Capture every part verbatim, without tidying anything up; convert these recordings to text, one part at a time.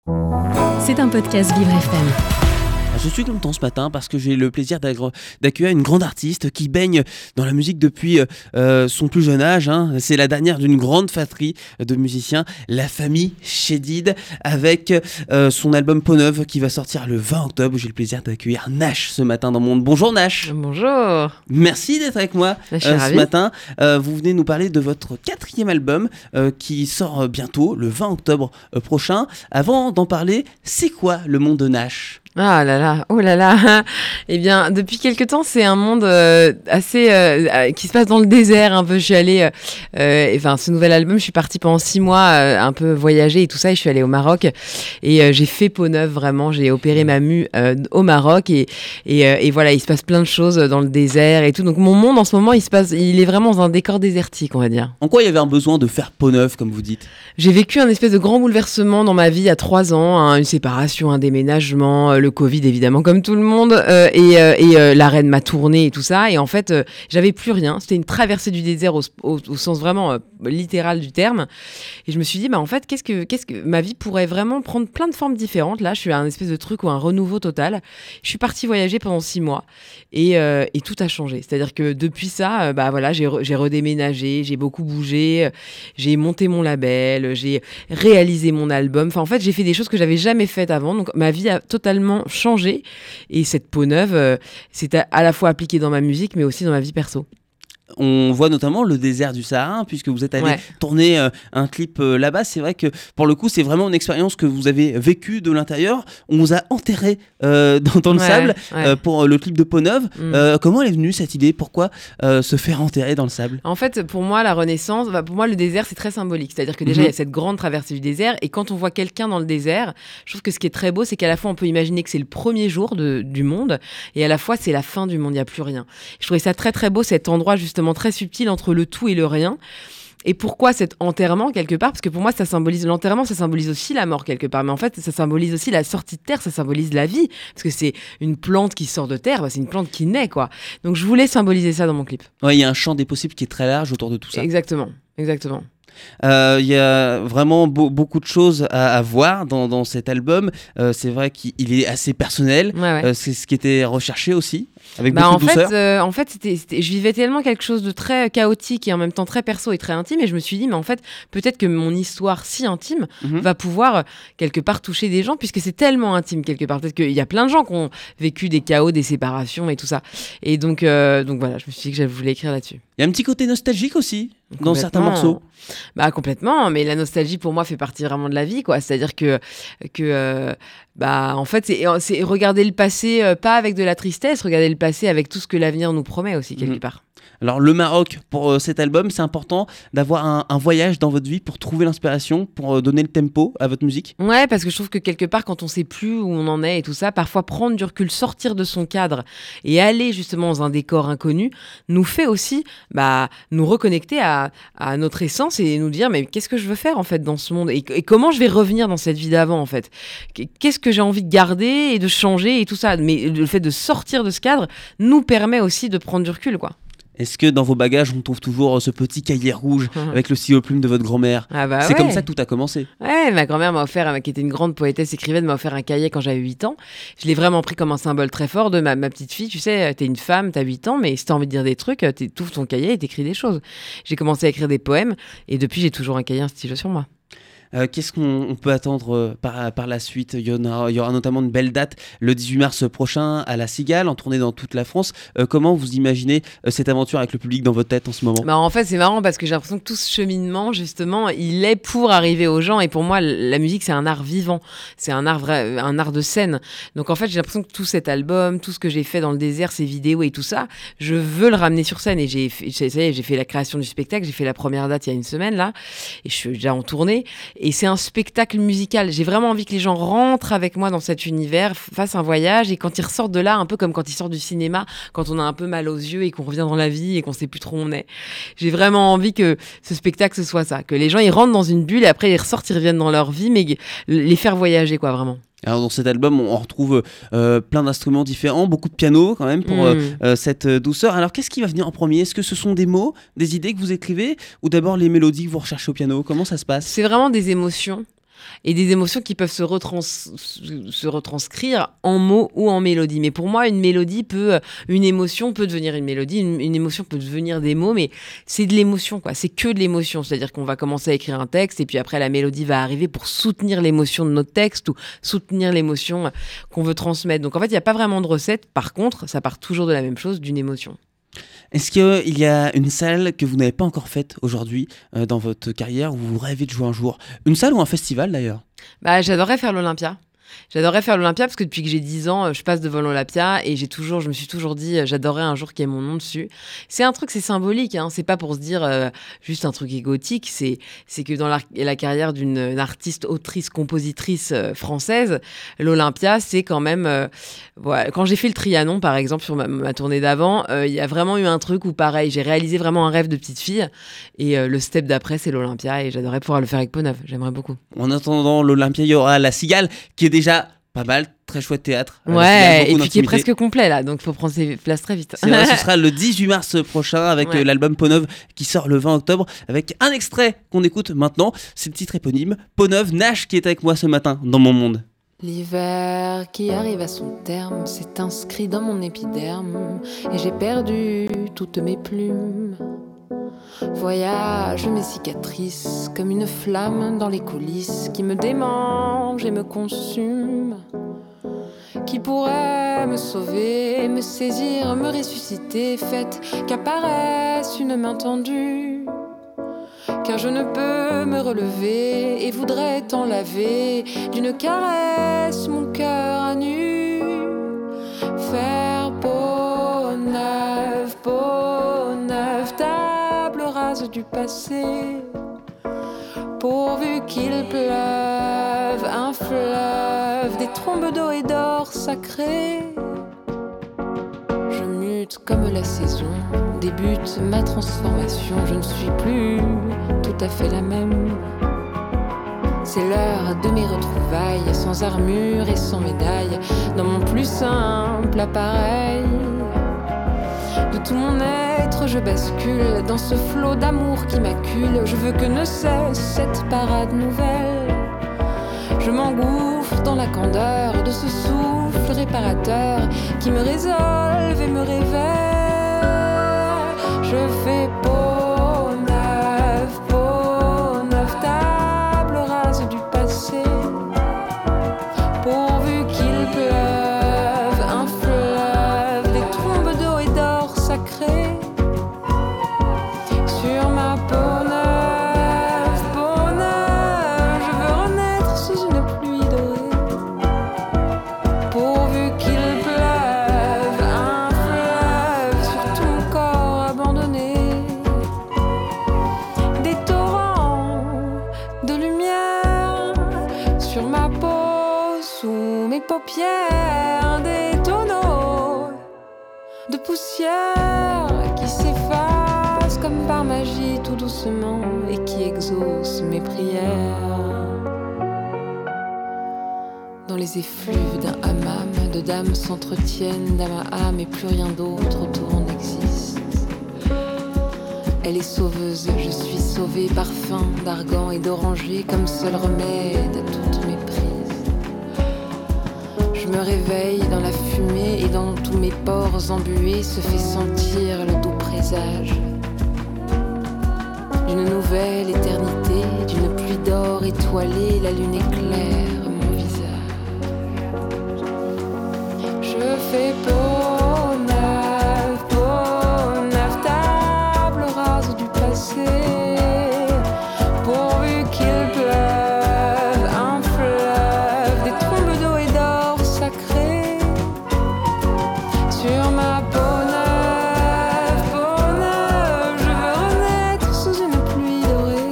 C'est un podcast Vivre F M. Je suis content ce matin parce que j'ai le plaisir d'accueillir une grande artiste qui baigne dans la musique depuis euh, son plus jeune âge. Hein. C'est la dernière d'une grande fratrie de musiciens, la famille Chédid, avec euh, son album Peau Neuve qui va sortir le vingt octobre. J'ai le plaisir d'accueillir Nash ce matin dans Monde. Bonjour Nash. Bonjour. Merci d'être avec moi euh, ce matin. Euh, vous venez nous parler de votre quatrième album euh, qui sort bientôt, le vingt octobre euh, prochain. Avant d'en parler, c'est quoi le monde de Nash ? Ah là là, oh là là. Eh bien, depuis quelque temps, c'est un monde euh, assez euh, qui se passe dans le désert un peu. Je suis allée, euh, enfin, ce nouvel album, je suis partie pendant six mois, euh, un peu voyager et tout ça. Et je suis allée au Maroc et euh, j'ai fait Peau Neuve vraiment. J'ai opéré ma mue euh, au Maroc et et, euh, et voilà, il se passe plein de choses dans le désert et tout. Donc mon monde en ce moment, il se passe, il est vraiment dans un décor désertique, on va dire. En quoi il y avait un besoin de faire Peau Neuve, comme vous dites ? J'ai vécu un espèce de grand bouleversement dans ma vie à trois ans, hein, une séparation, un déménagement. Le Covid évidemment comme tout le monde euh, et, euh, et euh, la reine m'a tourné et tout ça et en fait euh, j'avais plus rien, c'était une traversée du désert au, au, au sens vraiment euh, littéral du terme et je me suis dit bah en fait qu'est-ce que, qu'est-ce que ma vie pourrait vraiment prendre plein de formes différentes. Là je suis à un espèce de truc ou un renouveau total. Je suis partie voyager pendant six mois et, euh, et tout a changé, c'est-à-dire que depuis ça euh, bah voilà j'ai, re, j'ai redéménagé, j'ai beaucoup bougé, euh, j'ai monté mon label, j'ai réalisé mon album, enfin en fait j'ai fait des choses que j'avais jamais faites avant, donc ma vie a totalement changé. Et cette peau neuve, euh, c'est à, à la fois appliqué dans ma musique, mais aussi dans ma vie perso. On voit notamment le désert du Sahara, puisque vous êtes allé ouais. tourner euh, un clip euh, là-bas. C'est vrai que pour le coup, c'est vraiment une expérience que vous avez vécue de l'intérieur. On vous a enterré euh, dans, dans le ouais, sable ouais. Euh, pour le clip de Peau Neuve. Mm. Euh, comment elle est venue cette idée ? Pourquoi euh, se faire enterrer dans le sable ? En fait, pour moi, la Renaissance, bah, pour moi, le désert, c'est très symbolique. C'est-à-dire que déjà, il mm-hmm. y a cette grande traversée du désert. Et quand on voit quelqu'un dans le désert, je trouve que ce qui est très beau, c'est qu'à la fois, on peut imaginer que c'est le premier jour de, du monde. Et à la fois, c'est la fin du monde. Il n'y a plus rien. Je trouvais ça très, très beau, cet endroit justement très subtil entre le tout et le rien. Et pourquoi cet enterrement quelque part ? Parce que pour moi, ça symbolise l'enterrement, ça symbolise aussi la mort quelque part. Mais en fait, ça symbolise aussi la sortie de terre, ça symbolise la vie. Parce que c'est une plante qui sort de terre, bah, c'est une plante qui naît, quoi. Donc je voulais symboliser ça dans mon clip. Ouais, il y a un champ des possibles qui est très large autour de tout ça. Exactement, exactement. Il euh, y a vraiment beau, beaucoup de choses à, à voir dans, dans cet album. Euh, c'est vrai qu'il est assez personnel. Ouais, ouais. Euh, c'est ce qui était recherché aussi, avec bah beaucoup en de douceur. Fait, euh, en fait, c'était, c'était, je vivais tellement quelque chose de très chaotique et en même temps très perso et très intime. Et je me suis dit, mais en fait, peut-être que mon histoire si intime mm-hmm. va pouvoir quelque part toucher des gens, puisque c'est tellement intime quelque part. Peut-être qu'il y a plein de gens qui ont vécu des chaos, des séparations et tout ça. Et donc, euh, donc voilà, je me suis dit que je voulais écrire là-dessus. Il y a un petit côté nostalgique aussi dans certains morceaux. Bah complètement, mais la nostalgie pour moi fait partie vraiment de la vie, quoi. C'est-à-dire que que euh, bah en fait c'est, c'est regarder le passé euh, pas avec de la tristesse, regarder le passé avec tout ce que l'avenir nous promet aussi quelque mmh. part. Alors le Maroc, pour euh, cet album, c'est important d'avoir un, un voyage dans votre vie pour trouver l'inspiration, pour euh, donner le tempo à votre musique. Ouais, parce que je trouve que quelque part, quand on sait plus où on en est et tout ça, parfois prendre du recul, sortir de son cadre et aller justement dans un décor inconnu, nous fait aussi bah, nous reconnecter à, à notre essence et nous dire mais qu'est-ce que je veux faire en fait dans ce monde et, et comment je vais revenir dans cette vie d'avant en fait. Qu'est-ce que j'ai envie de garder et de changer et tout ça. Mais le fait de sortir de ce cadre nous permet aussi de prendre du recul, quoi. Est-ce que dans vos bagages, on trouve toujours ce petit cahier rouge mmh. avec le stylo plume de votre grand-mère ? Ah bah C'est ouais. comme ça que tout a commencé. Ouais, ma grand-mère m'a offert, qui était une grande poétesse écrivaine, m'a offert un cahier quand j'avais huit ans. Je l'ai vraiment pris comme un symbole très fort de ma, ma petite fille. Tu sais, t'es une femme, t'as huit ans, mais si t'as envie de dire des trucs, t'ouvres ton cahier et t'écris des choses. J'ai commencé à écrire des poèmes et depuis, j'ai toujours un cahier, un stylo sur moi. Euh, qu'est-ce qu'on on peut attendre euh, par, par la suite ? Il y, en a, il y aura notamment une belle date le dix-huit mars prochain à la Cigale, en tournée dans toute la France. Euh, comment vous imaginez euh, cette aventure avec le public dans votre tête en ce moment ? Bah en fait, c'est marrant parce que j'ai l'impression que tout ce cheminement, justement, il est pour arriver aux gens. Et pour moi, la musique, c'est un art vivant. C'est un art, vrai, un art de scène. Donc en fait, j'ai l'impression que tout cet album, tout ce que j'ai fait dans le désert, ces vidéos et tout ça, je veux le ramener sur scène. Et j'ai, ça y est, j'ai fait la création du spectacle. J'ai fait la première date il y a une semaine, là. Et je suis déjà en tournée. Et c'est un spectacle musical. J'ai vraiment envie que les gens rentrent avec moi dans cet univers, fassent un voyage et quand ils ressortent de là, un peu comme quand ils sortent du cinéma, quand on a un peu mal aux yeux et qu'on revient dans la vie et qu'on sait plus trop où on est. J'ai vraiment envie que ce spectacle, ce soit ça. Que les gens, ils rentrent dans une bulle et après, ils ressortent, ils reviennent dans leur vie, mais les faire voyager, quoi, vraiment. Alors dans cet album, on retrouve euh, plein d'instruments différents, beaucoup de piano quand même pour mmh. euh, euh, cette douceur. Alors qu'est-ce qui va venir en premier ? Est-ce que ce sont des mots, des idées que vous écrivez ou d'abord les mélodies que vous recherchez au piano ? Comment ça se passe ? C'est vraiment des émotions. et des émotions qui peuvent se, retrans- se retranscrire en mots ou en mélodie. Mais pour moi, une mélodie peut, une émotion peut devenir une mélodie, une, une émotion peut devenir des mots, mais c'est de l'émotion, quoi. C'est que de l'émotion. C'est-à-dire qu'on va commencer à écrire un texte et puis après la mélodie va arriver pour soutenir l'émotion de notre texte ou soutenir l'émotion qu'on veut transmettre. Donc en fait, il n'y a pas vraiment de recette. Par contre, ça part toujours de la même chose, d'une émotion. Est-ce qu'il y a une salle que vous n'avez pas encore faite aujourd'hui euh, dans votre carrière où vous rêvez de jouer un jour ? Une salle ou un festival d'ailleurs ? Bah, j'adorerais faire l'Olympia. J'adorerais faire l'Olympia parce que depuis que j'ai dix ans, je passe devant l'Olympia et j'ai toujours, je me suis toujours dit, j'adorerais un jour qu'il y ait mon nom dessus. C'est un truc, c'est symbolique, hein, c'est pas pour se dire euh, juste un truc égotique, c'est, c'est que dans la, la carrière d'une artiste, autrice, compositrice euh, française, l'Olympia, c'est quand même... Euh, voilà. Quand j'ai fait le Trianon, par exemple, sur ma, ma tournée d'avant, il euh, y a vraiment eu un truc où, pareil, j'ai réalisé vraiment un rêve de petite fille et euh, le step d'après, c'est l'Olympia et j'adorerais pouvoir le faire avec Peau-Neuve, j'aimerais beaucoup. En attendant l'Olympia, il y aura La Cigale qui est déjà pas mal, très chouette théâtre. Ouais, et puis qui est presque complet là, donc il faut prendre ses places très vite. C'est vrai, ce sera le dix-huit mars prochain avec ouais. euh, l'album Peau-Neuve qui sort le vingt octobre avec un extrait qu'on écoute maintenant. C'est le titre éponyme, Peau-Neuve, Nash qui est avec moi ce matin dans mon monde. L'hiver qui arrive à son terme s'est inscrit dans mon épiderme et j'ai perdu toutes mes plumes. Voyage mes cicatrices comme une flamme dans les coulisses qui me démange et me consume. Qui pourrait me sauver, me saisir, me ressusciter, faites qu'apparaisse une main tendue. Car je ne peux me relever et voudrais t'en laver d'une caresse mon cœur à nu. Faire peau neuve, peau neuve, table rase du passé. Pourvu qu'il pleuve, un fleuve, des trombes d'eau et d'or sacré. Je mute comme la saison, débute ma transformation. Je ne suis plus tout à fait la même. C'est l'heure de mes retrouvailles, sans armure et sans médaille, dans mon plus simple appareil. De tout mon être, je bascule dans ce flot d'amour qui m'accule. Je veux que ne cesse cette parade nouvelle. Je m'engouffre dans la candeur de ce souffle réparateur qui me résolve et me révèle. Je fais peau neuve, peau neuve, table rase du passé. Pourvu qu'il pleuve, un fleuve, des trombes d'eau et d'or sacré sur ma peau neuve, peau neuve. Je veux renaître sous une pluie dorée. Pourvu qu'il pleuve, un fleuve sur tout mon corps abandonné. Des torrents de lumière sur ma peau, sous mes paupières, des tonneaux de poussière qui s'effacent comme par magie tout doucement et qui exaucent mes prières. Dans les effluves d'un hammam, deux dames s'entretiennent d'âme à âme et plus rien d'autre autour n'existe. Elle est sauveuse, je suis sauvée, parfum d'argan et d'oranger comme seul remède à toutes mes prises. Je me réveille dans la fumée et dans tous mes pores embués se fait sentir le doux présage d'une nouvelle éternité, d'une pluie d'or étoilée, la lune éclaire mon visage. Je fais peau neuve, peau neuve, table rase du passé. Pourvu qu'il pleuve, un fleuve, des trombes d'eau et d'or sacré sur ma peau neuve, peau neuve. Je veux renaître sous une pluie dorée.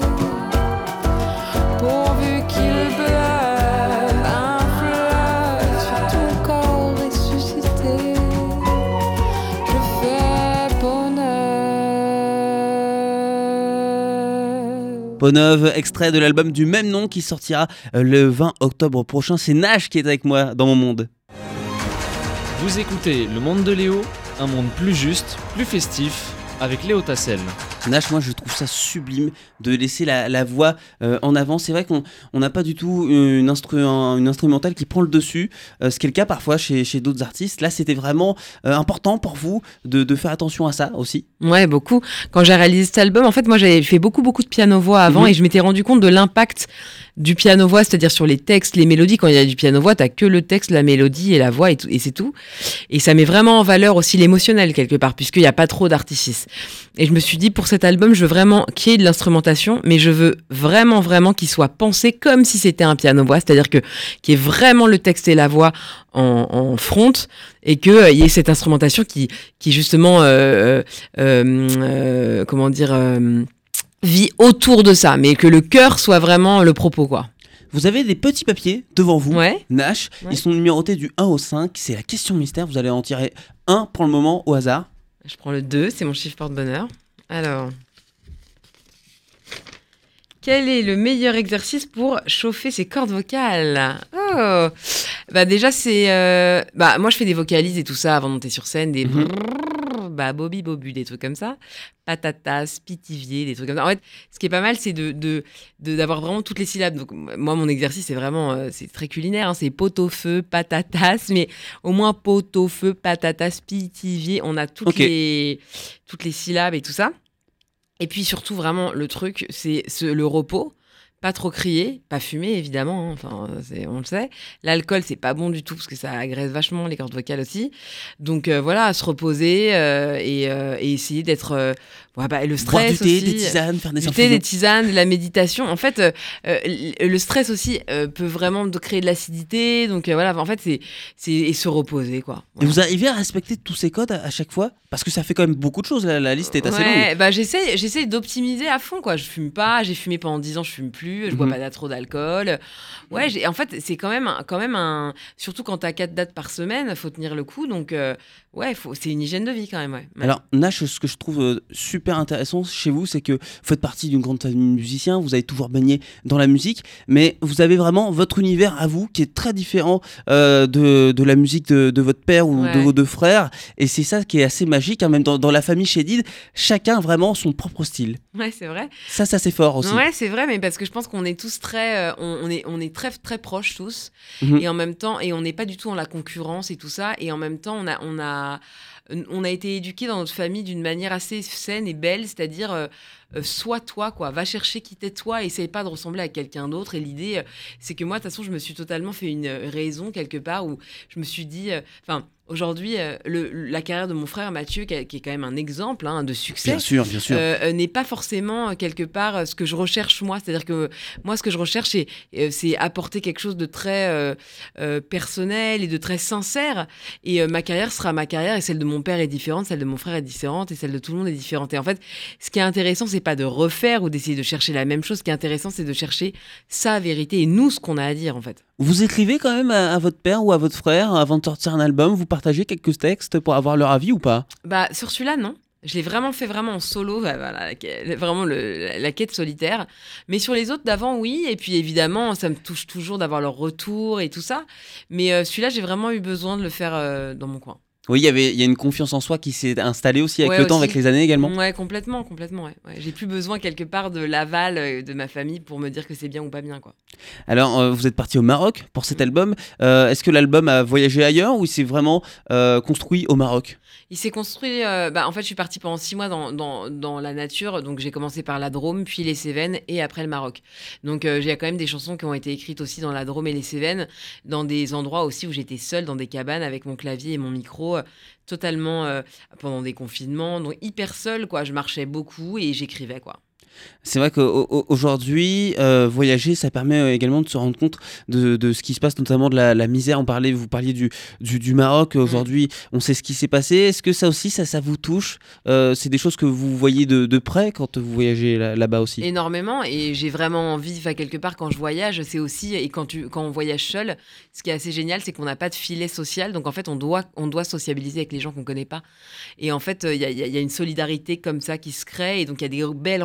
Pourvu qu'il pleuve, un fleuve sur tout mon corps ressuscité. Je fais peau neuve. Peau-Neuve, extrait de l'album du même nom qui sortira euh, le vingt octobre prochain. C'est Nash qui est avec moi dans mon monde. Vous écoutez Le Monde de Léo, un monde plus juste, plus festif, avec Léo Tassel. Nash, moi je trouve ça sublime de laisser la, la voix euh, en avant. C'est vrai qu'on n'a pas du tout une, instru, un, une instrumentale qui prend le dessus, euh, ce qui est le cas parfois chez, chez d'autres artistes. Là, c'était vraiment euh, important pour vous de, de faire attention à ça aussi. Ouais, beaucoup. Quand j'ai réalisé cet album, en fait, moi j'avais fait beaucoup, beaucoup de piano-voix avant Mhm. et je m'étais rendu compte de l'impact du piano-voix, c'est-à-dire sur les textes, les mélodies. Quand il y a du piano-voix, t'as que le texte, la mélodie et la voix et, tout, et c'est tout. Et ça met vraiment en valeur aussi l'émotionnel quelque part, puisqu'il n'y a pas trop d'artifice. Et je me suis dit, pour cet album, je veux vraiment qu'il y ait de l'instrumentation, mais je veux vraiment, vraiment qu'il soit pensé comme si c'était un piano-voix, c'est-à-dire que qu'il y ait vraiment le texte et la voix en, en front, et qu'il euh, y ait cette instrumentation qui, qui justement, euh, euh, euh, comment dire... Euh, vit autour de ça, mais que le cœur soit vraiment le propos, quoi. Vous avez des petits papiers devant vous, Ouais. Nash. Ouais. Ils sont numérotés du un au cinq. C'est la question mystère. Vous allez en tirer un pour le moment au hasard. Je prends le deux, c'est mon chiffre porte-bonheur. Alors, quel est le meilleur exercice pour chauffer ses cordes vocales? Oh, bah déjà c'est, euh, bah moi je fais des vocalises et tout ça avant de monter sur scène, des Mhm. brrrr, bah Bobby Bobu, des trucs comme ça, patatas, pitivier, des trucs comme ça. En fait, ce qui est pas mal, c'est de de de- d'avoir vraiment toutes les syllabes. Donc moi mon exercice c'est vraiment, euh, c'est très culinaire, hein, c'est pot-au-feu, patatas, mais au moins pot-au-feu, patatas, pitivier, on a toutes Ok. les toutes les syllabes et tout ça. Et puis surtout, vraiment, le truc, c'est ce- le repos. Pas trop crier, pas fumer, évidemment. hein, Enfin, c'est- on le sait. L'alcool, c'est pas bon du tout parce que ça agresse vachement les cordes vocales aussi. Donc euh, voilà, se reposer euh, et, euh, et essayer d'être. euh, ouais, bah, le Boire stress du thé, aussi. des tisanes, faire des Du thé, des infusions. tisanes, de la méditation. En fait, euh, euh, le stress aussi euh, peut vraiment de créer de l'acidité. Donc euh, voilà, en fait, c'est c'est et se reposer, quoi. Et Voilà. vous arrivez à respecter tous ces codes à, à chaque fois? Parce que ça fait quand même beaucoup de choses. La, la liste est assez Ouais, longue. bah j'essaie, j'essaie d'optimiser à fond, quoi. Je fume pas, j'ai fumé pendant dix ans, je fume plus, je bois Mhm. pas trop d'alcool. Ouais, j'ai, en fait, c'est quand même, un- quand même un. Surtout quand t'as quatre dates par semaine, faut tenir le coup. Donc, euh, ouais, faut, c'est une hygiène de vie quand même, ouais. Ouais. Alors, Nash, ce que je trouve euh, super intéressant chez vous, c'est que vous faites partie d'une grande famille de musiciens, vous avez toujours baigné dans la musique, mais vous avez vraiment votre univers à vous qui est très différent euh, de, de la musique de, de votre père ou Ouais. de vos deux frères. Et c'est ça qui est assez magique, hein, même dans, dans la famille Chédid, chacun a vraiment son propre style. Ouais, c'est vrai. Ça, ça c'est fort aussi. Ouais, c'est vrai, mais parce que je pense qu'on est tous très, euh, on, on est, on est très, très proches tous, Mhm. et en même temps, et on n'est pas du tout dans la concurrence et tout ça, et en même temps, on a, on a, on a été éduqués dans notre famille d'une manière assez saine et belle, c'est-à-dire euh, euh, sois toi, quoi, va chercher qui t'es toi, essaye pas de ressembler à quelqu'un d'autre. Et l'idée, euh, c'est que moi, de toute façon, je me suis totalement fait une euh, raison quelque part où je me suis dit, enfin. Aujourd'hui, euh, le- la carrière de mon frère Mathieu, qui, a- qui est quand même un exemple hein, de succès, Bien sûr, bien sûr. euh, euh, n'est pas forcément euh, quelque part euh, ce que je recherche moi. C'est-à-dire que moi, ce que je recherche, c'est, euh, c'est apporter quelque chose de très euh, euh, personnel et de très sincère. Et euh, ma carrière sera ma carrière, et celle de mon père est différente, celle de mon frère est différente, et celle de tout le monde est différente. Et en fait, ce qui est intéressant, c'est pas de refaire ou d'essayer de chercher la même chose. Ce qui est intéressant, c'est de chercher sa vérité et nous, ce qu'on a à dire, en fait. Vous écrivez quand même à, à votre père ou à votre frère avant de sortir un album, vous partagez quelques textes pour avoir leur avis ou pas? Bah, sur celui-là, non. Je l'ai vraiment fait vraiment en solo, bah, voilà, la- vraiment le- la, la quête solitaire. Mais sur les autres d'avant, oui. Et puis évidemment, ça me touche toujours d'avoir leur retour et tout ça. Mais euh, celui-là, j'ai vraiment eu besoin de le faire euh, dans mon coin. Oui, il y avait, il y a une confiance en soi qui s'est installée aussi avec Ouais, le temps, aussi. avec les années également. Ouais, complètement, complètement. Ouais. Ouais. J'ai plus besoin quelque part de l'aval euh, de ma famille pour me dire que c'est bien ou pas bien, quoi. Alors, euh, vous êtes parti au Maroc pour cet album. Euh, est-ce que l'album a voyagé ailleurs ou il s'est vraiment euh, construit au Maroc? Il s'est construit. euh, bah, en fait, je suis partie pendant six mois dans, dans, dans la nature. Donc, j'ai commencé par la Drôme, puis les Cévennes et après le Maroc. Donc, euh, j'ai quand même des chansons qui ont été écrites aussi dans la Drôme et les Cévennes, dans des endroits aussi où j'étais seule, dans des cabanes avec mon clavier et mon micro, euh, totalement euh, pendant des confinements. Donc, hyper seule, quoi. Je marchais beaucoup et j'écrivais, quoi. C'est vrai qu'aujourd'hui, euh, voyager, ça permet euh, également de se rendre compte de, de ce qui se passe, notamment de la, la misère. On parlait, vous parliez du, du, du Maroc. Aujourd'hui, on sait ce qui s'est passé. Est-ce que ça aussi, ça, ça vous touche? Euh, C'est des choses que vous voyez de, de près quand vous voyagez là- là-bas aussi? Énormément, et j'ai vraiment envie, enfin quelque part quand je voyage, c'est aussi, et quand, tu, quand on voyage seul, ce qui est assez génial, c'est qu'on n'a pas de filet social, donc en fait on doit, on doit sociabiliser avec les gens qu'on ne connaît pas. Et en fait, il y, a- y a y a une solidarité comme ça qui se crée, et donc il y a des belles rencontres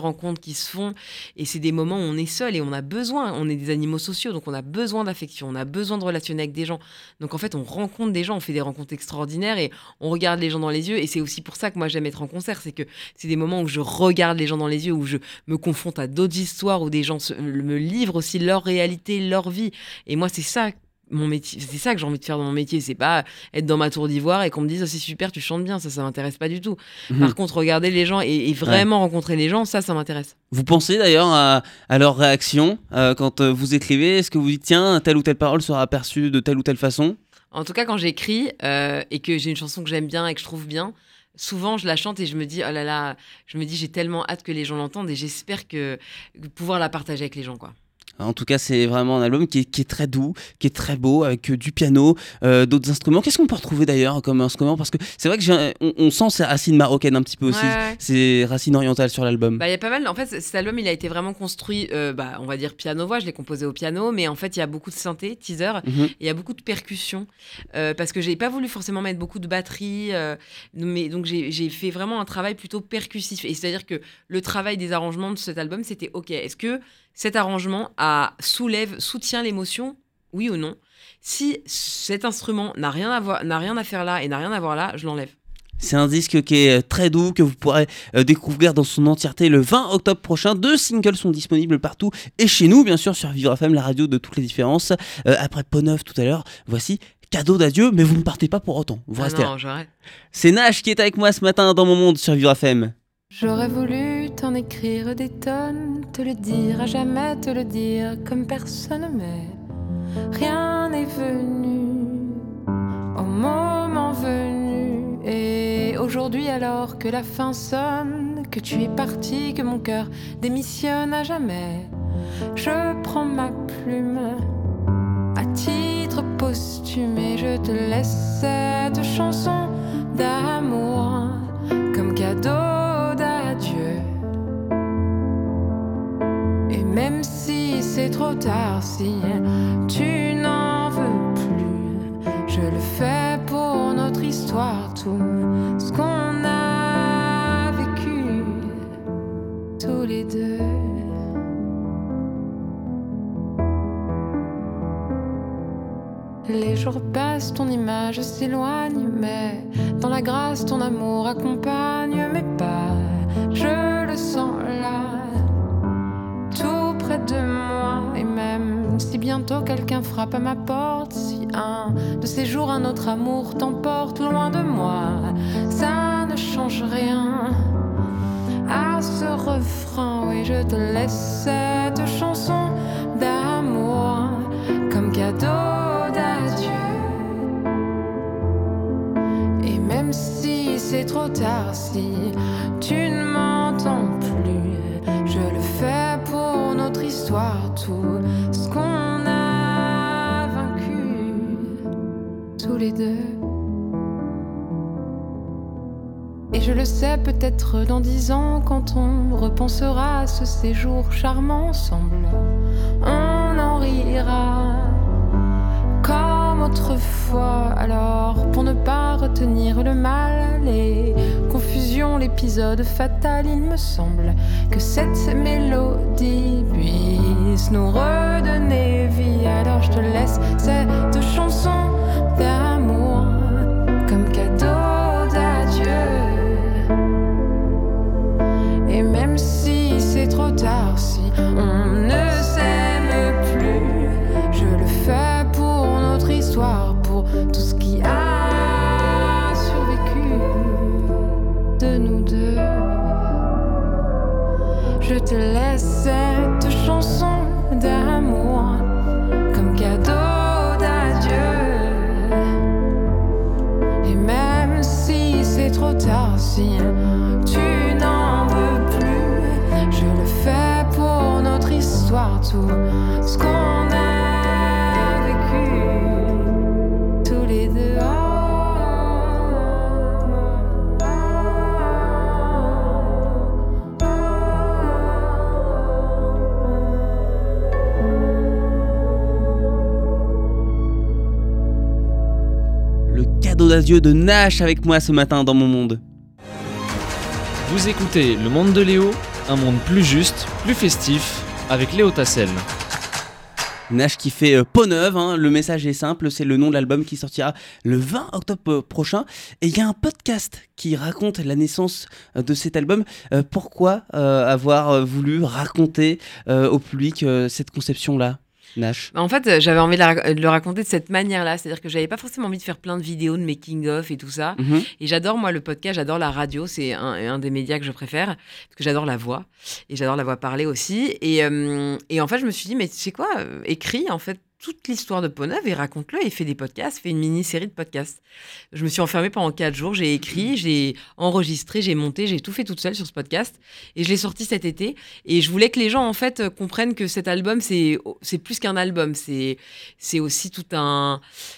qui se font. Et c'est des moments où on est seul et on a besoin. On est des animaux sociaux, donc on a besoin d'affection, on a besoin de relationner avec des gens. Donc en fait, on rencontre des gens, on fait des rencontres extraordinaires et on regarde les gens dans les yeux. Et c'est aussi pour ça que moi j'aime être en concert, c'est que c'est des moments où je regarde les gens dans les yeux, où je me confronte à d'autres histoires, où des gens se, me livrent aussi leur réalité, leur vie. Et moi, c'est ça. Mon métier, c'est ça que j'ai envie de faire dans mon métier, c'est pas être dans ma tour d'ivoire et qu'on me dise oh, c'est super, tu chantes bien, ça ça m'intéresse pas du tout. Mmh. Par contre, regarder les gens et, et vraiment ouais. rencontrer les gens, ça ça m'intéresse. Vous pensez d'ailleurs à, à leur réaction euh, quand euh, vous écrivez, est-ce que vous dites tiens, telle ou telle parole sera perçue de telle ou telle façon? En tout cas, quand j'écris euh, et que j'ai une chanson que j'aime bien et que je trouve bien, souvent je la chante et je me dis oh là là, je me dis j'ai tellement hâte que les gens l'entendent et j'espère que, que pouvoir la partager avec les gens quoi. En tout cas, c'est vraiment un album qui est, qui est très doux, qui est très beau, avec euh, du piano, euh, d'autres instruments. Qu'est-ce qu'on peut retrouver d'ailleurs comme instrument? Parce que c'est vrai que j'ai, on, on sent ces racines marocaines un petit peu aussi, ouais, ouais. ces racines orientales sur l'album. Bah, y a pas mal. En fait, cet album, il a été vraiment construit, euh, bah, on va dire piano-voix. Je l'ai composé au piano, mais en fait, il y a beaucoup de synthé, teaser, mm-hmm. et il y a beaucoup de percussions, euh, parce que j'ai pas voulu forcément mettre beaucoup de batterie, euh, mais donc j'ai, j'ai fait vraiment un travail plutôt percussif. Et c'est-à-dire que le travail des arrangements de cet album, c'était ok. Est-ce que cet arrangement a, soulève, soutient l'émotion, oui ou non? Si cet instrument n'a rien à voir, n'a rien à faire là et n'a rien à voir là, je l'enlève. C'est un disque qui est très doux, que vous pourrez euh, découvrir dans son entièreté le vingt octobre prochain. Deux singles sont disponibles partout et chez nous, bien sûr, sur Vivre F M, la radio de toutes les différences. Euh, après Pont-Neuf tout à l'heure, voici Cadeau d'adieu, mais vous ne partez pas pour autant. Vous ah restez non, là. J'arrête. C'est Nash qui est avec moi ce matin dans Mon Monde sur Vivre F M. J'aurais voulu t'en écrire des tonnes, te le dire à jamais, te le dire comme personne, mais rien n'est venu au moment venu. Et aujourd'hui, alors que la fin sonne, que tu es parti, que mon cœur démissionne à jamais, je prends ma plume à titre posthume et je te laisse cette chanson d'amour comme cadeau d'adieu. Et même si c'est trop tard, si tu n'en veux plus, je le fais pour notre histoire, tout ce qu'on a vécu tous les deux. Les jours passent, ton image s'éloigne, mais dans la grâce, ton amour accompagne mes pas. Je le sens là, tout près de moi. Et même si bientôt quelqu'un frappe à ma porte, si un de ces jours un autre amour t'emporte loin de moi, ça ne change rien à ce refrain. Oui, je te laisse cette chanson d'amour comme cadeau d'adieu. Et même si c'est trop tard, si tu ne m'entends plus, je le fais pour notre histoire, tout ce qu'on a vaincu tous les deux. Et je le sais, peut-être dans dix ans, quand on repensera à ce séjour charmant ensemble, on en rira comme autrefois. Alors, pour ne pas retenir le mal, les confusions, l'épisode fatal, il me semble que cette mélodie puisse nous redonner vie. Alors je te laisse cette chanson d'amour comme cadeau d'adieu. Et même si c'est trop tard, si on ne s'aime plus, je le fais pour notre histoire, pour tout ce qui a survécu de nous deux. Je te laisse cette chanson d'amour comme cadeau d'adieu. Et même si c'est trop tard, si tu n'en veux plus, je le fais pour notre histoire, tout ce qu'on a vécu tous les deux. Le cadeau d'adieu de Nash avec moi ce matin dans Mon Monde. Vous écoutez Le Monde de Léo un monde plus juste, plus festif, avec Léo Tassel. Nash qui fait euh, peau neuve, hein. Le message est simple, c'est le nom de l'album qui sortira le vingt octobre prochain. Et il y a un podcast qui raconte la naissance euh, de cet album. Euh, pourquoi euh, avoir euh, voulu raconter euh, au public euh, cette conception-là, Nash? En fait, j'avais envie de, la- de le raconter de cette manière-là, c'est-à-dire que j'avais pas forcément envie de faire plein de vidéos de making-of et tout ça. Mhm. Et j'adore, moi, le podcast, j'adore la radio, c'est un, un des médias que je préfère, parce que j'adore la voix, et j'adore la voix parlée aussi. Et, euh, et en fait, je me suis dit, mais tu sais quoi, euh, écris en fait toute l'histoire de Peau Neuve et raconte-le, et fais des podcasts, fais une mini-série de podcasts. Je me suis enfermée pendant quatre jours, j'ai écrit, j'ai enregistré, j'ai monté, j'ai tout fait toute seule sur ce podcast, et je l'ai sorti cet été. Et je voulais que les gens, en fait, euh, comprennent que cet album, c'est, c'est plus qu'un album, c'est, c'est aussi tout un...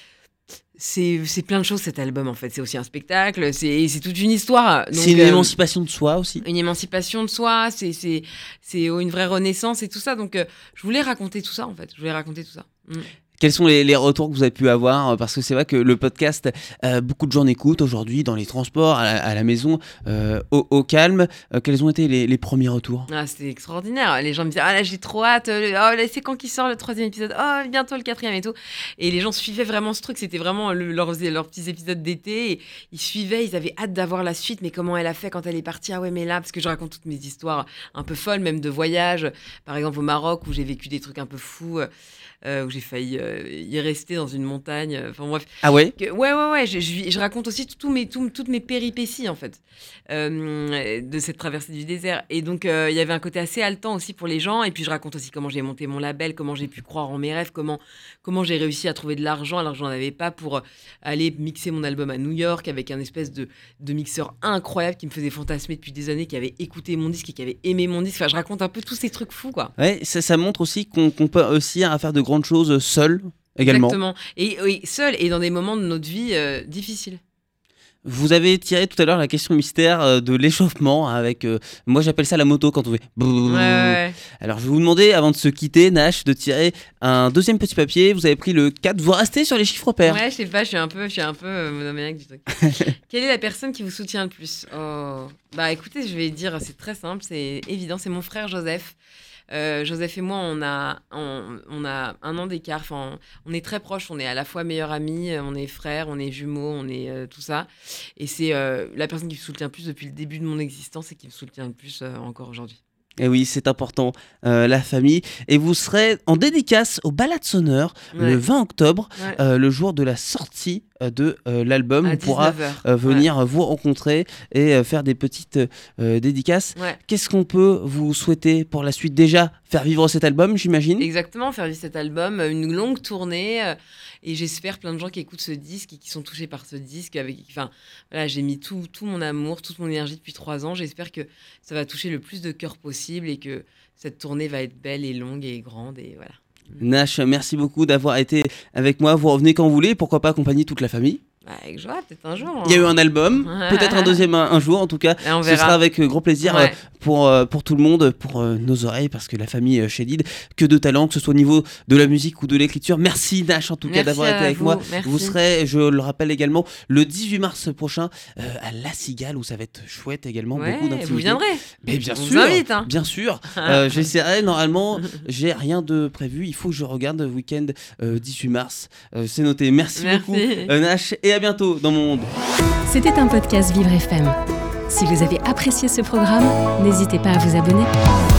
C'est, c'est plein de choses, cet album, en fait. C'est aussi un spectacle, c'est, c'est toute une histoire. Donc, C'est une euh, émancipation de soi aussi. une émancipation de soi, c'est, c'est, c'est une vraie renaissance et tout ça. Donc, euh, je voulais raconter tout ça, en fait. Je voulais raconter tout ça. Mm. Quels sont les, les retours que vous avez pu avoir? Parce que c'est vrai que le podcast, euh, beaucoup de gens écoutent aujourd'hui dans les transports, à la, à la maison, euh, au, au calme. Euh, quels ont été les, les premiers retours? Ah, c'était extraordinaire. Les gens me disaient, ah là, j'ai trop hâte. euh, Oh, là, c'est quand qu'il sort le troisième épisode? Oh, bientôt le quatrième et tout. Et les gens suivaient vraiment ce truc. C'était vraiment le- leurs, leurs petits épisodes d'été. Et ils suivaient, ils avaient hâte d'avoir la suite. Mais comment elle a fait quand elle est partie? Ah ouais, mais là, parce que je raconte toutes mes histoires un peu folles, même de voyage. Par exemple, au Maroc, où j'ai vécu des trucs un peu fous, euh, où j'ai failli euh, y rester dans une montagne. Enfin, bref. Ah ouais? Que- ouais, ouais, ouais. Je, je, je raconte aussi tous mes, tous- toutes mes péripéties, en fait, euh, de cette traversée du désert. Et donc, euh, il y avait un côté assez haletant aussi pour les gens. Et puis, je raconte aussi comment j'ai monté mon label, comment j'ai pu croire en mes rêves, comment, comment j'ai réussi à trouver de l'argent alors que j'en avais pas pour euh, aller mixer mon album à New York avec un espèce de, de mixeur incroyable qui me faisait fantasmer depuis des années, qui avait écouté mon disque et qui avait aimé mon disque. Enfin, je raconte un peu tous ces trucs fous, quoi. Ouais, ça, ça montre aussi qu'on, qu'on peut réussir à faire de grandes choses seul également. Exactement. Et oui, seul et dans des moments de notre vie euh, difficiles. Vous avez tiré tout à l'heure la question mystère euh, de l'échauffement avec, euh, moi j'appelle ça la moto quand on fait. Ouais, ouais, ouais. Alors je vais vous demander, avant de se quitter, Nash, de tirer un deuxième petit papier. Vous avez pris le quatre, vous restez sur les chiffres pairs. Ouais, je sais pas, je suis un peu, je suis un peu euh, monomaniaque du truc. Quelle est la personne qui vous soutient le plus? Oh. Bah écoutez, je vais dire, c'est très simple, c'est évident, c'est mon frère Joseph. Euh, Joseph et moi, on a, on, on a un an d'écart. Enfin, on est très proches. On est à la fois meilleurs amis, euh, on est frères, on est jumeaux, on est euh, tout ça. Et c'est euh, la personne qui me soutient le plus depuis le début de mon existence et qui me soutient le plus euh, encore aujourd'hui. Et oui, c'est important, euh, la famille. Et vous serez en dédicace au Balade Sonneur Ouais. le vingt octobre, Ouais. euh, le jour de la sortie euh, de euh, l'album. À On pourra dix-neuf heures. euh, venir vous rencontrer et euh, faire des petites euh, dédicaces. Ouais. Ouais. Qu'est-ce qu'on peut vous souhaiter pour la suite? Déjà, faire vivre cet album, j'imagine. Exactement, faire vivre cet album, euh, une longue tournée, euh, et j'espère plein de gens qui écoutent ce disque et qui sont touchés par ce disque. Avec, enfin, voilà, j'ai mis tout, tout mon amour, toute mon énergie depuis trois ans. J'espère que ça va toucher le plus de cœurs possible et que cette tournée va être belle et longue et grande et voilà. Nash, merci beaucoup d'avoir été avec moi. Vous revenez quand vous voulez, pourquoi pas accompagner toute la famille. Bah, avec joie, peut-être un jour. Il y a eu un album, Ouais. peut-être un deuxième un, un jour en tout cas. Et on Ce verra. sera avec euh, grand plaisir Ouais. euh, pour, euh, pour tout le monde, pour euh, nos oreilles, parce que la famille euh, Chédid, que de talent, que ce soit au niveau de la musique ou de l'écriture. Merci Nash en tout cas Merci d'avoir été à avec vous, moi. merci. Vous serez, je le rappelle également, le dix-huit mars prochain euh, à La Cigale, où ça va être chouette également. Ouais, beaucoup d'intimité. vous viendrez. Mais bien On vous sûr, invite, hein. bien sûr. Euh, J'essaierai, normalement, j'ai rien de prévu. Il faut que je regarde le week-end euh, dix-huit mars. Euh, C'est noté. Merci, Merci. beaucoup euh, Nash, et à bientôt dans mon monde. C'était un podcast Vivre F M. Si vous avez apprécié ce programme, n'hésitez pas à vous abonner.